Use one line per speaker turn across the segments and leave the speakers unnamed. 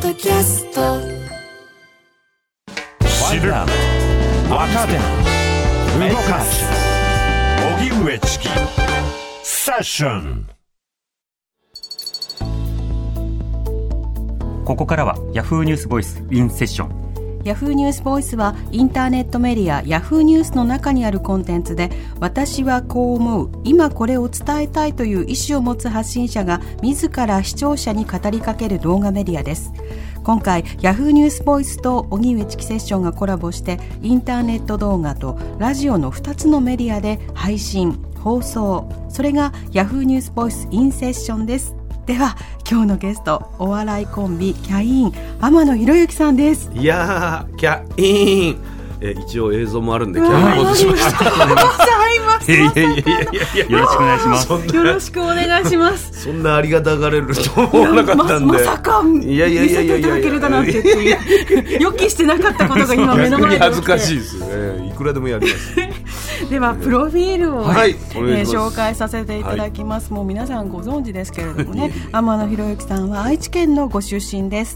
ドキャスト。
知る若手動かす荻上チキセッション。
ここからは Yahoo ニュースボイスインセッション。
ヤフーニュースボイスはインターネットメディアヤフーニュースの中にあるコンテンツで、私はこう思う、今これを伝えたいという意思を持つ発信者が自ら視聴者に語りかける動画メディアです。今回ヤフーニュースボイスと荻上チキセッションがコラボして、インターネット動画とラジオの2つのメディアで配信放送、それがヤフーニュースボイスインセッションです。では今日のゲスト、お笑いコンビキャイン天野ひろゆきさんです。
いやーキャイン、一応映像もあるんでキャインポーズしました。
よろ
しくお願いします。
よろしくお願いします。
そんなありがたがれると思わなかったんで、
まさか見せていただけるだなんてっていう予期してなかったことが今目の前で起きて
恥ずかしいですね。いくらでもやります
ではプロフィールを、紹介させていただきます。もう皆さんご存知ですけれどもね、天野ひろゆきさんは愛知県のご出身です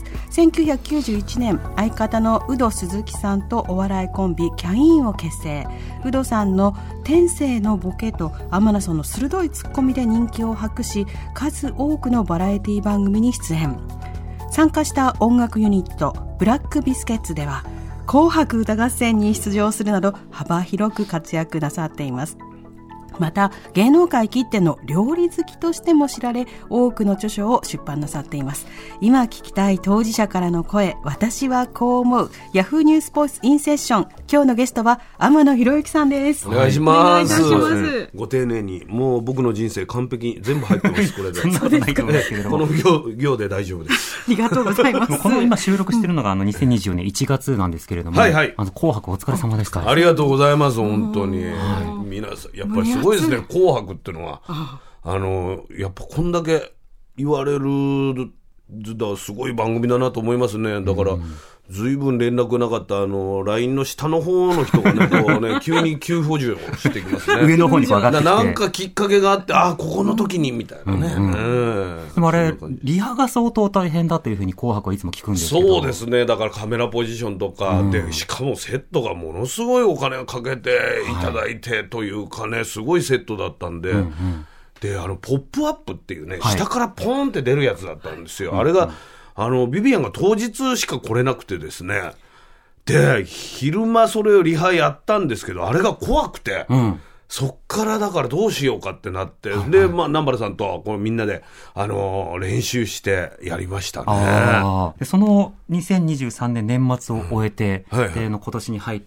。1991年相方のウド鈴木さんとお笑いコンビキャインを結成。ウドさんの天性のボケと天野さんの鋭いツッコミで人気を博し、数多くのバラエティ番組に出演。参加した音楽ユニットブラックビスケッツでは紅白歌合戦に出場するなど幅広く活躍なさっています。また芸能界きっての料理好きとしても知られ、多くの著書を出版なさっています。今聞きたい当事者からの声、私はこう思う、ヤフーニュースボイスインセッション。今日のゲストは天野ひろゆきさんです。
お願いします。
お願いいたします。
ご丁寧に、もう僕の人生完璧に全部入ってますこれで。
そんなことないと思うんですけれども、
この行で大丈夫です。
ありがとうございます。
この今収録しているのが2024年1月なんですけれども、紅白お疲れ様でした。
ありがとうございます本当に。皆さんやっぱりすごいですね、紅白ってのは。やっぱこんだけ言われるすごい番組だなと思いますね。だからずいぶん連絡なかった LINE の下の方の人がね、こうね急に急補充をしてきますね。
上の方に上がってきて、
なんかきっかけがあって、ここの時にみたいなね。
でもあれリハが相当大変だというふうに紅白はいつも聞くんですけど。
そうですね。だからカメラポジションとかで、しかもセットがものすごいお金をかけていただいてというかね、すごいセットだったんで、でポップアップっていうね、下からポーンって出るやつだったんですよ。あれがビビアンが当日しか来れなくてですね、で昼間それをリハやったんですけど、あれが怖くて、そっからだからどうしようかってなって、で南原さんとこうみんなで練習してやりましたね。
でその2023年年末を終えて、で今年に入って、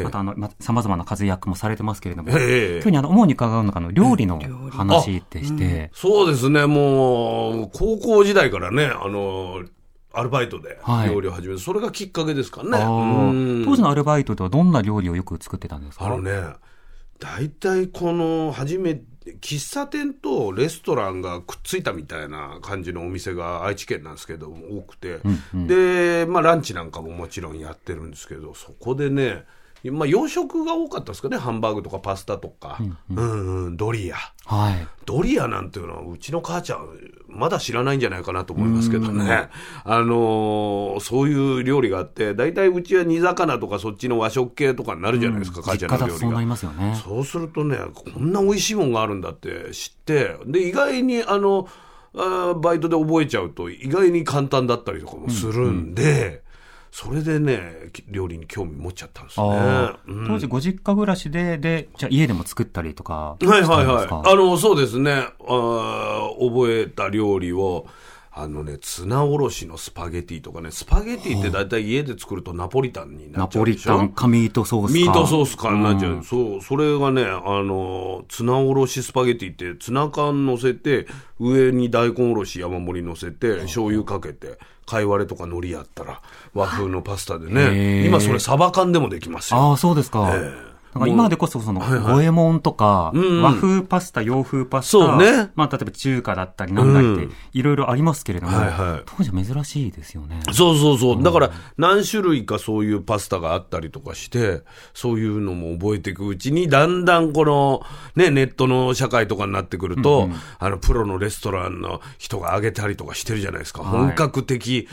また様々な活躍もされてますけれども、今日に主に伺うのが料理の話でして、
そうですね。もう高校時代からね、アルバイトで料理を始めて、それがきっかけですかね。
当時のアルバイトではどんな料理をよく作ってたんですか？
大体喫茶店とレストランがくっついたみたいな感じのお店が愛知県なんですけど多くて、でランチなんかももちろんやってるんですけど、そこでね、洋食が多かったですかね。ハンバーグとかパスタとか、ドリア、ドリアなんていうのはうちの母ちゃんまだ知らないんじゃないかなと思いますけどね。そういう料理があって、だいたいうちは煮魚とかそっちの和食系とかになるじゃないですか、母ちゃんの料理が。
そうなりますよね。
そうするとね、こんな美味しいもんがあるんだって知って、で意外にバイトで覚えちゃうと意外に簡単だったりとかもするんで、それでね料理に興味持っちゃったんですね。
当時ご実家暮らしでじゃあ家でも作ったりとかしたんですか？
そうですね。覚えた料理をツナおろしのスパゲティとかね。スパゲティってだいたい家で作るとナポリタンになっちゃうでしょ。
ナポリタンかミートソースか。
ミートソースかになっちゃう。それがね、ツナおろしスパゲティってツナ缶乗せて、上に大根おろし山盛り乗せて、醤油かけて、貝割れとか海苔やったら和風のパスタでね。今それサバ缶でもできますよ。
そうですか。なんか今でこそ五右衛門とか、和風パスタ、洋風パスタ、例えば中華だったりなんだりっていろいろありますけれども、当時は珍しいですよね。
そう。だから何種類かそういうパスタがあったりとかして、そういうのも覚えていくうちに、だんだんこのね、ネットの社会とかになってくると、プロのレストランの人が揚げたりとかしてるじゃないですか。本格的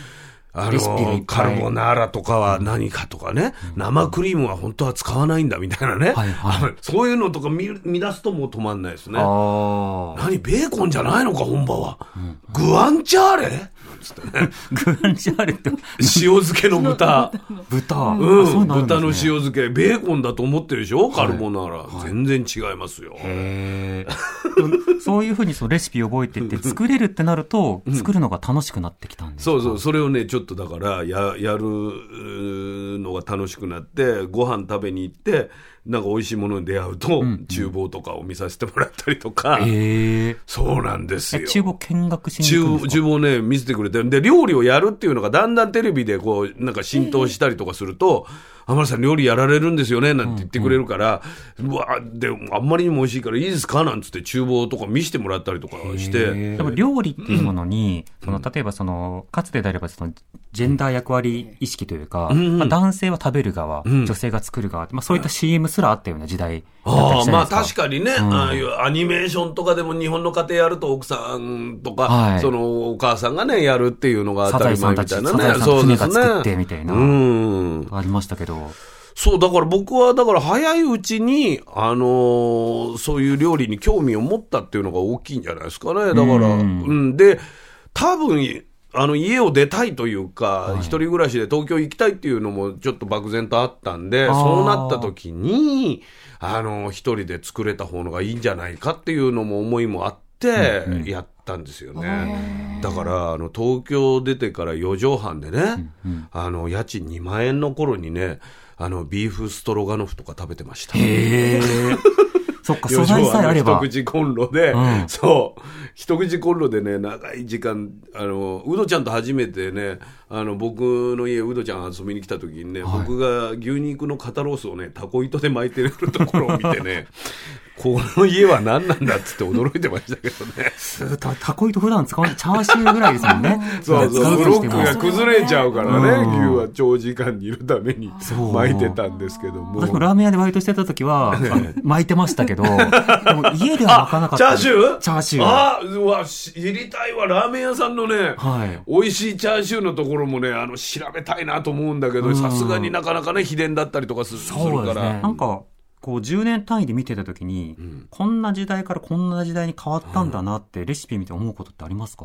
カルボナーラとかは何かとかね、生クリームは本当は使わないんだみたいなね、そういうのとか見出すともう止まんないですね。何ベーコンじゃないのか本場は、グアンチャーレ
グアンチャーレって
塩漬けの豚
豚
の塩漬けベーコンだと思ってるでしょ、カルボナーラ、全然違いますよ。
そういうふうにレシピを覚えてって作れるってなると、作るのが楽しくなってきたんですか？
そうそれをねちょっとだからやるのが楽しくなって、ご飯食べに行ってなんか美味しいものに出会うと、厨房とかを見させてもらったりとか、そうなんですよ。
厨房見学しに行くんですか？
厨房ね見せてくれて、で料理をやるっていうのがだんだんテレビでこうなんか浸透したりとかすると、浜田さん料理やられるんですよねなんて言ってくれるから、うわであんまりにも美味しいからいいですかなんつって厨房とか見せてもらったりとかして。
でも料理っていうものに、例えばかつてであればジェンダー役割意識というか、男性は食べる側、女性が作る側、そういった CM すらあったような時代だったりしたじゃないですか。
まあ確かにね、ああいうアニメーションとかでも日本の家庭やると奥さんとか、そのお母さんがねやるっていうのが当たり前みたいなね。
サザエさんと船が作ってみたいな、ありましたけど。
そうだから僕は早いうちにそういう料理に興味を持ったっていうのが大きいんじゃないですかね。だからで多分家を出たいというか、一人暮らしで東京行きたいっていうのもちょっと漠然とあったんで、そうなった時に一人で作れた方のがいいんじゃないかっていうのも思いもあってやったんですよね。だから東京出てから4畳半でね、家賃2万円の頃にねビーフストロガノフとか食べてました。
そっか、素材さえあれば。
一口コンロで、一口コンロでね、長い時間、うどちゃんと初めてね、僕の家、うどちゃん遊びに来た時にね、僕が牛肉の肩ロースをね、タコ糸で巻いてるところを見てね、この家は何なんだっつって驚いてましたけどね。
タコ糸普段使わないチャーシューぐらいですもんね。
そうブロックが崩れちゃうからね、牛は長時間にいるために巻いてたんですけども。
私もラーメン屋でバイトしてた時は巻いてましたけど、でも家では巻かなかった。
チャー
シュー
うわ知りたいわ。ラーメン屋さんのね、美味しいチャーシューのところもね調べたいなと思うんだけど、さすがになかなかね秘伝だったりとかするから、
なんかこう10年単位で見てた時に、こんな時代からこんな時代に変わったんだなってレシピ見て思うことってありますか？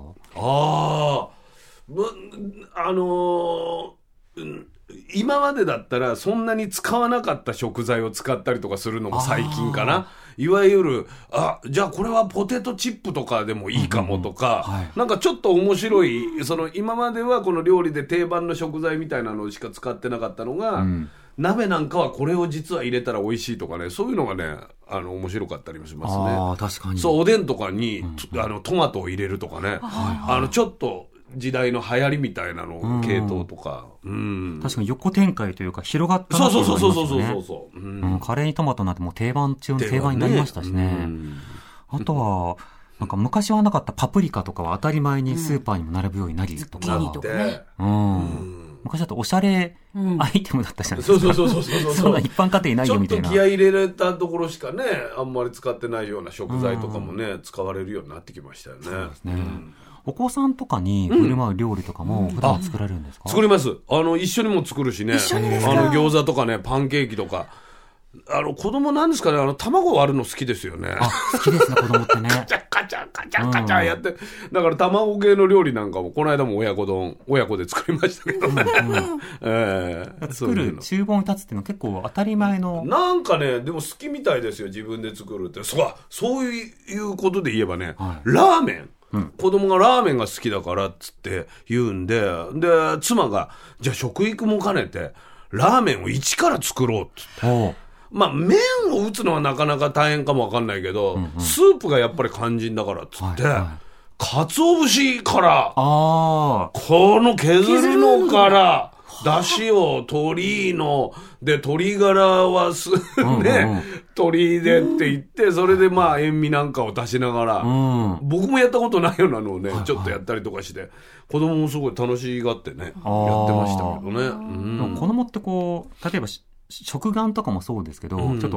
今までだったらそんなに使わなかった食材を使ったりとかするのも最近かな。いわゆるじゃあこれはポテトチップとかでもいいかもとか、なんかちょっと面白い、今まではこの料理で定番の食材みたいなのしか使ってなかったのが、鍋なんかはこれを実は入れたら美味しいとかね、そういうのがね面白かったりもしますね。
確かに。
そうおでんとかに、トマトを入れるとかね、ちょっと時代の流行りみたいなの系統とか、
確かに横展開というか広がったなと思いますよね。カレーにトマトなんてもう定番中の定番になりましたしね。あとはなんか昔はなかったパプリカとかは当たり前にスーパーにも並ぶようになりとか、昔だとおしゃれアイテムだったじゃないですか。そんな一般家庭ないよみたいな。
ちょっと気合い入れられたところしかねあんまり使ってないような食材とかもね、使われるようになってきましたよね。そうですね。
お子さんとかに振る舞う料理とかも普段作られるんですか？
作ります。一緒にも作るしね。餃子とかね、パンケーキとか。子供なんですかね、卵割るの好きですよね。
好きですね、子供ってね。カ
チャカチャカチャカチャやって。だから卵系の料理なんかも、この間も親子で作りましたけどね。
作る、厨房に立つっていうのは結構当たり前の。
なんかね、でも好きみたいですよ、自分で作るって。そういうことで言えばね、ラーメン。子供がラーメンが好きだからっつって言うんで、妻がじゃあ食育も兼ねてラーメンを一から作ろうっつって、麺を打つのはなかなか大変かもわかんないけど、スープがやっぱり肝心だからっつって、鰹節からこの削るのからだしを鶏ので鶏ガラは鶏でって言って、それで塩味なんかを足しながら、僕もやったことないようなのをね、ちょっとやったりとかして、子供もすごい楽しがってねやってましたけどね。
子供ってこう例えば食玩とかもそうですけど、ちょっと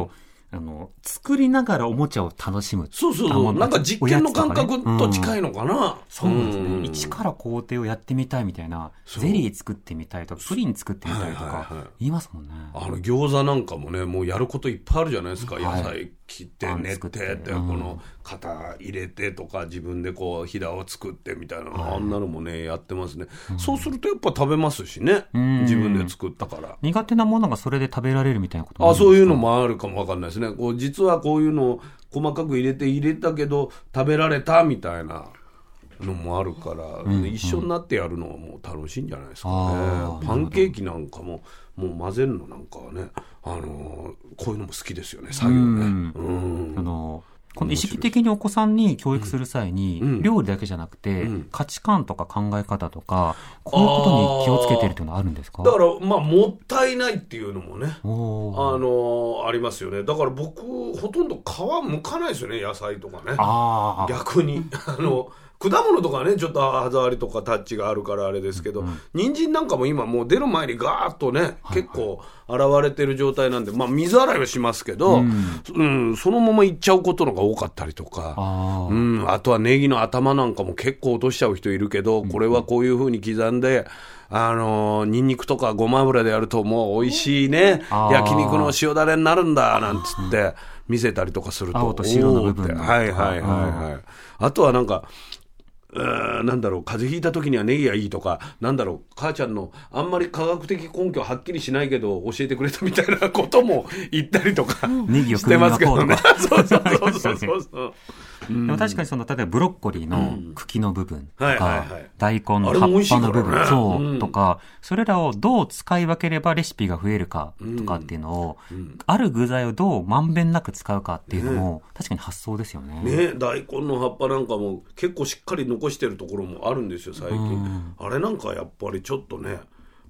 作りながらおもちゃを楽しむ。
そうそうそう。なんか実験の感覚と近いのかな。
そうなんですね。一から工程をやってみたいみたいな、ゼリー作ってみたいとか、プリン作ってみたいとか、言いますもんね。
餃子なんかもね、もうやることいっぱいあるじゃないですか。野菜切って練って、この型入れてとか、自分でこう、ひだを作ってみたいな、あんなのもね、やってますね。そうするとやっぱ食べますしね。自分で作ったから。
苦手なものがそれで食べられるみたいなこともあるんですか？
そういうのもあるかもわかんないですね。こう実はこういうのを細かく入れたけど食べられたみたいなのもあるから、一緒になってやるのはもう楽しいんじゃないですかね。パンケーキなんかもう混ぜるのなんかはね、こういうのも好きですよね、作業ね。
この意識的にお子さんに教育する際に、料理だけじゃなくて、価値観とか考え方とか、こういうことに気をつけてるっていうのはあるんですか？
だから、もったいないっていうのもね、ありますよね。だから僕、ほとんど皮剥かないですよね、野菜とかね。逆に。果物とかね、ちょっと歯触りとかタッチがあるからあれですけど、人参なんかも今もう出る前にガーッとね、結構現れてる状態なんで、水洗いはしますけど、そのままいっちゃうことのが多かったりとか、あとはネギの頭なんかも結構落としちゃう人いるけど、これはこういう風に刻んで、ニンニクとかごま油でやるともう美味しいね、焼肉の塩だれになるんだ、なんつって見せたりとかすると、
青と白の部分。
あとはなんか、なんだろう、風邪ひいた時にはネギがいいとか、なんだろう、母ちゃんのあんまり科学的根拠はっきりしないけど教えてくれたみたいなことも言ったりとかしてますけどね。そう
でも確かに例えばブロッコリーの茎の部分とか、大根の葉っぱの部分、とか、それらをどう使い分ければレシピが増えるかとかっていうのを、ある具材をどうまんべんなく使うかっていうのも、確かに発想ですよね。
大根の葉っぱなんかも結構しっかり残してるところもあるんですよ、最近。あれなんかやっぱりちょっとね、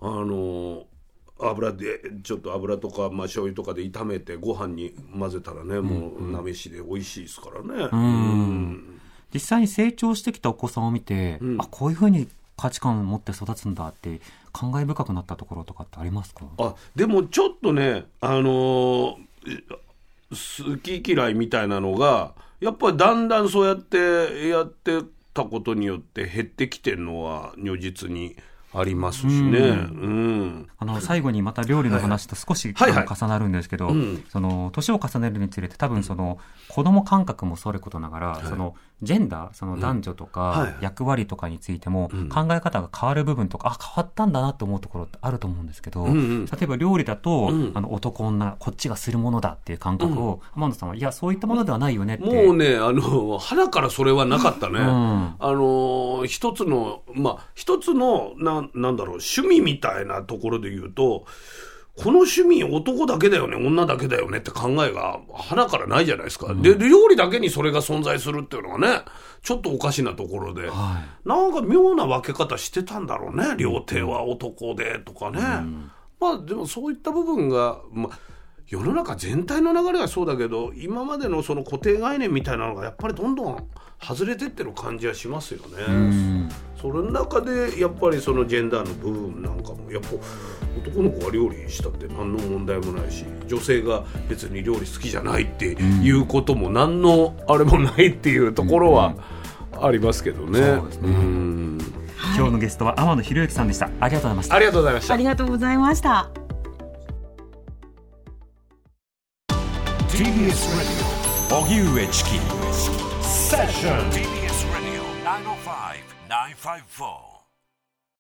油でちょっと油とか醤油とかで炒めてご飯に混ぜたらね、もうなめしで美味しいですからね。
実際に成長してきたお子さんを見て、こういうふうに価値観を持って育つんだって感慨深くなったところとかってありますか？
でもちょっとね、好き嫌いみたいなのがやっぱりだんだんそうやってやってたことによって減ってきてるのは如実にありますしね。
最後にまた料理の話と少し重なるんですけど、年を重ねるにつれて多分子供感覚もそういうことながら、ジェンダー、男女とか役割とかについても考え方が変わる部分とか、変わったんだなと思うところってあると思うんですけど、例えば料理だと、男女こっちがするものだっていう感覚を、天野さんはいやそういったものではないよねって。
もうね、腹からそれはなかったね。一つのなんだろう、趣味みたいなところで言うと、この趣味男だけだよね、女だけだよねって考えが鼻からないじゃないですか。で、料理だけにそれが存在するっていうのがね、ちょっとおかしなところで、なんか妙な分け方してたんだろうね。料亭は男でとかね。でもそういった部分が、世の中全体の流れはそうだけど、今までのその固定概念みたいなのがやっぱりどんどん外れてってる感じはしますよね。それの中でやっぱりそのジェンダーの部分なんかもやっぱ男の子が料理したって何の問題もないし、女性が別に料理好きじゃないっていうことも何のあれもないっていうところはありますけどね。そうですね。
今日のゲストは天野博之さんでした。ありがとうございました。
ありがとうございました。
ありがとうございました。
TBS Radio 荻上チキセッション TBS Radio 905-954